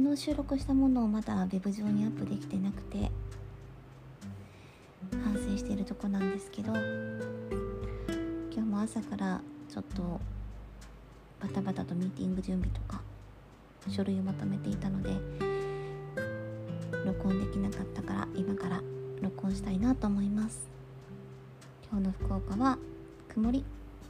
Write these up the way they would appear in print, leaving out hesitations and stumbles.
昨日収録したものをまだウェブ上にアップできてなくて反省しているとこなんですけど、今日も朝からちょっとバタバタとミーティング準備とか書類をまとめていたので録音できなかったから、今から録音したいなと思います。今日の福岡は曇り。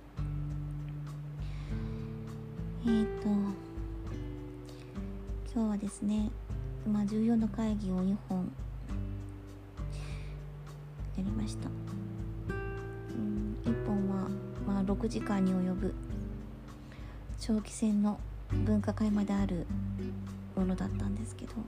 今日はですね、14の会議を2本やりました。1本は、6時間に及ぶ長期戦の分科会まであるものだったんですけど、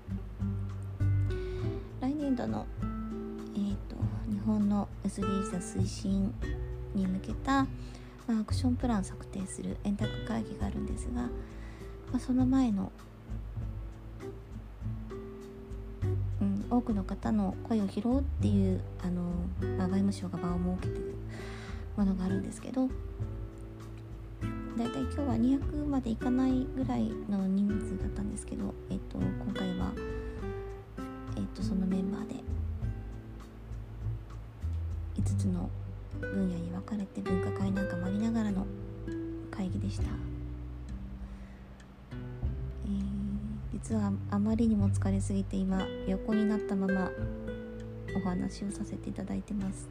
来年度の、日本の SDGs 推進に向けた、アクションプラン策定する円卓会議があるんですが、その前の、多くの方の声を拾うっていう外務省が場を設けているものがあるんですけど、だいたい今日は200までいかないぐらいの人数だったんですけど、今回は、そのメンバーで5つの分野に分かれて分科会なんかもありながらの会議でした。実はあまりにも疲れすぎて今横になったままお話をさせていただいてます。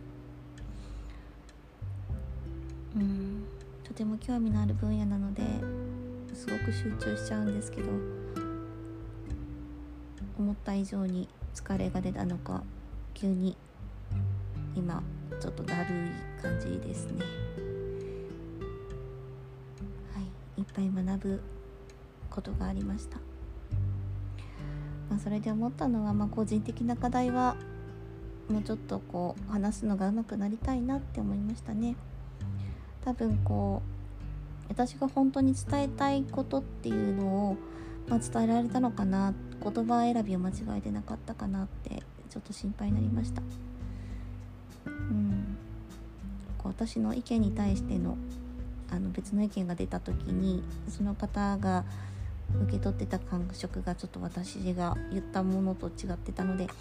とても興味のある分野なのですごく集中しちゃうんですけど、思った以上に疲れが出たのか急に今ちょっとだるい感じですね。いっぱい学ぶことがありました。それで思ったのは、個人的な課題はもうちょっと話すのが上手くなりたいなって思いましたね。多分私が本当に伝えたいことっていうのを、伝えられたのかな、言葉選びを間違えてなかったかなってちょっと心配になりました。私の意見に対しての別の意見が出た時にその方が受け取ってた感触がちょっと私が言ったものと違ってたので、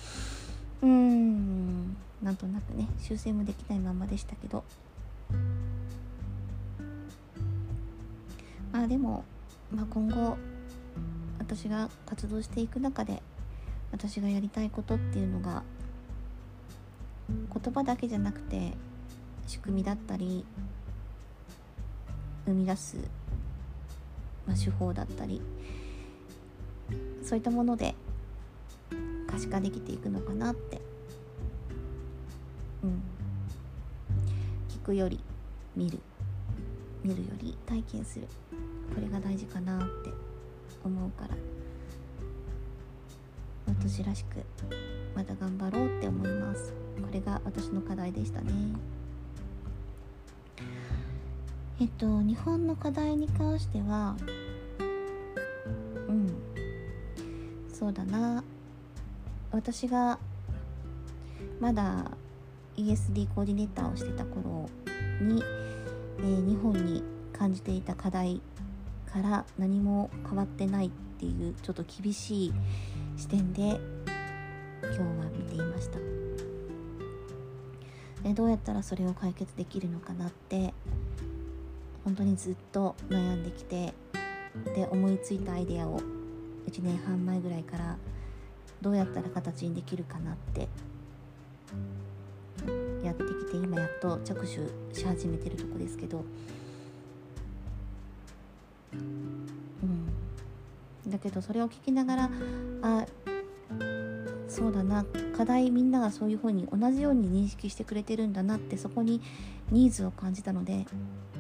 なんとなくね修正もできないままでしたけど、でも、今後私が活動していく中で私がやりたいことっていうのが言葉だけじゃなくて仕組みだったり生み出す、手法だったりそういったもので可視化できていくのかなって、聞くより見るより体験する、これが大事かなって思うから、私らしくまた頑張ろうって思います。これが私の課題でしたね。日本の課題に関してはそうだな、私がまだ ESD コーディネーターをしてた頃に、日本に感じていた課題から何も変わってないっていうちょっと厳しい視点で今日は見ていました。でどうやったらそれを解決できるのかなって本当にずっと悩んできて、で思いついたアイデアを1年半前ぐらいからどうやったら形にできるかなってやってきて、今やっと着手し始めてるとこですけど、だけどそれを聞きながらそうだな、課題みんながそういう風に同じように認識してくれてるんだなって、そこにニーズを感じたので、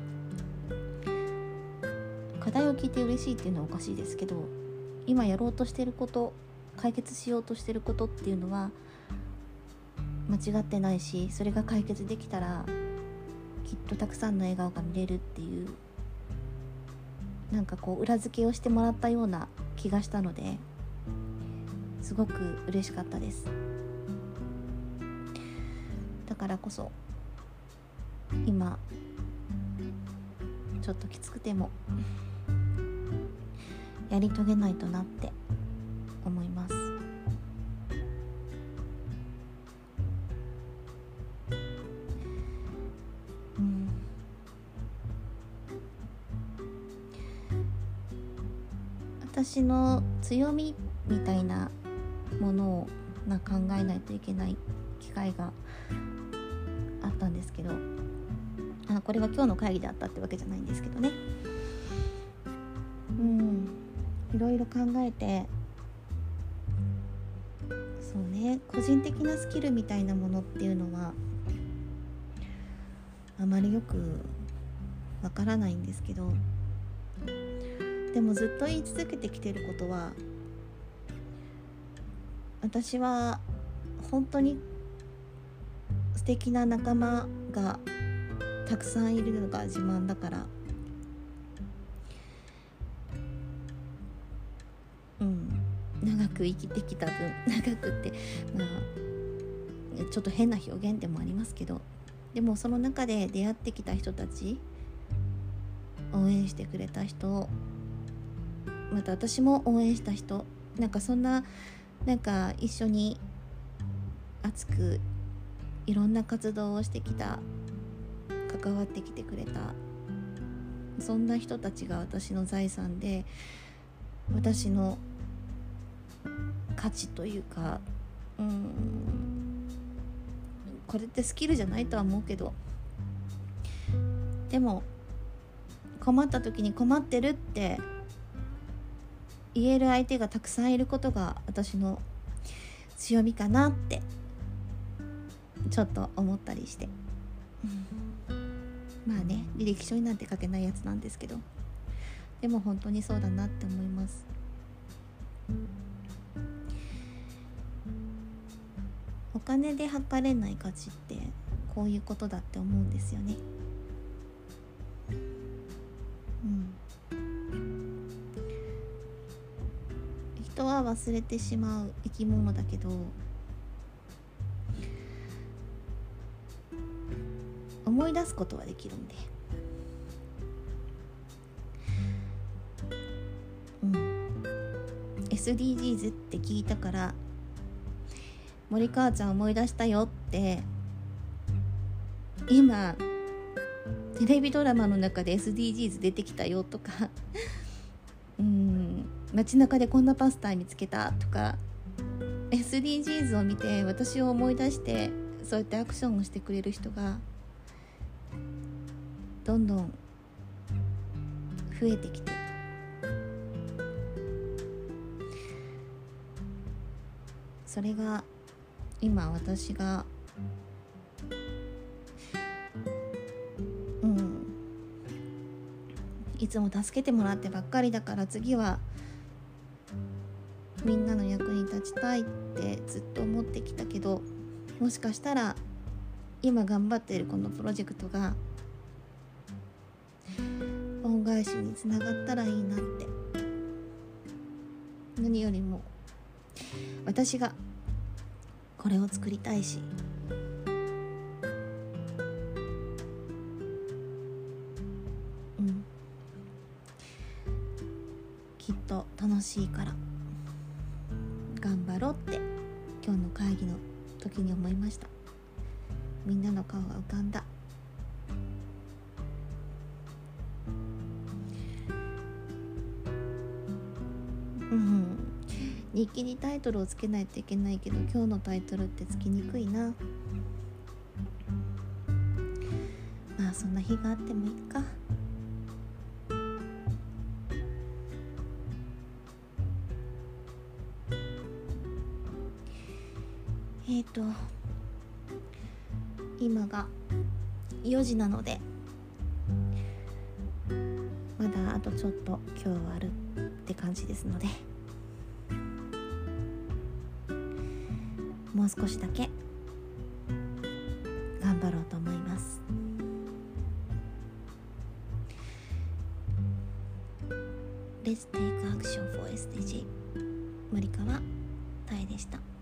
課題を聞いて嬉しいっていうのはおかしいですけど、今やろうとしてること、解決しようとしてることっていうのは間違ってないし、それが解決できたらきっとたくさんの笑顔が見れるっていう、裏付けをしてもらったような気がしたので、すごく嬉しかったです。だからこそ今ちょっときつくてもやり遂げないとなって私の強みみたいなものを考えないといけない機会があったんですけど、これは今日の会議であったってわけじゃないんですけどね、いろいろ考えて、そうね、個人的なスキルみたいなものっていうのはあまりよくわからないんですけど、でもずっと言い続けてきてることは、私は本当に素敵な仲間がたくさんいるのが自慢だから、長く生きてきた分、長くってちょっと変な表現でもありますけど、でもその中で出会ってきた人たち、応援してくれた人、また私も応援した人、そんな一緒に熱くいろんな活動をしてきた、関わってきてくれた、そんな人たちが私の財産で、私の価値というか、これってスキルじゃないとは思うけど、でも困った時に困ってるって言える相手がたくさんいることが私の強みかなってちょっと思ったりして、まあね、履歴書になんて書けないやつなんですけど、でも本当にそうだなって思います。お金で測れない価値ってこういうことだって思うんですよね。人は忘れてしまう生き物だけど、思い出すことはできるんで、SDGs って聞いたから森川ちゃん思い出したよって、今テレビドラマの中で SDGs 出てきたよとか街中でこんなパスタ見つけたとか、 SDGs を見て私を思い出してそうやってアクションをしてくれる人がどんどん増えてきて、それが今私がいつも助けてもらってばっかりだから、次はみんなの役に立ちたいってずっと思ってきたけど、もしかしたら今頑張っているこのプロジェクトが恩返しにつながったらいいなって。何よりも私がこれを作りたいし、きっと楽しいから頑張ろうって今日の会議の時に思いました。みんなの顔が浮かんだ。日記にタイトルをつけないといけないけど、今日のタイトルってつきにくいな。まあそんな日があってもいいか。今が4時なので、まだあとちょっと今日はあるって感じですので、もう少しだけ頑張ろうと思います。Let's take action for SDG 森川たえでした。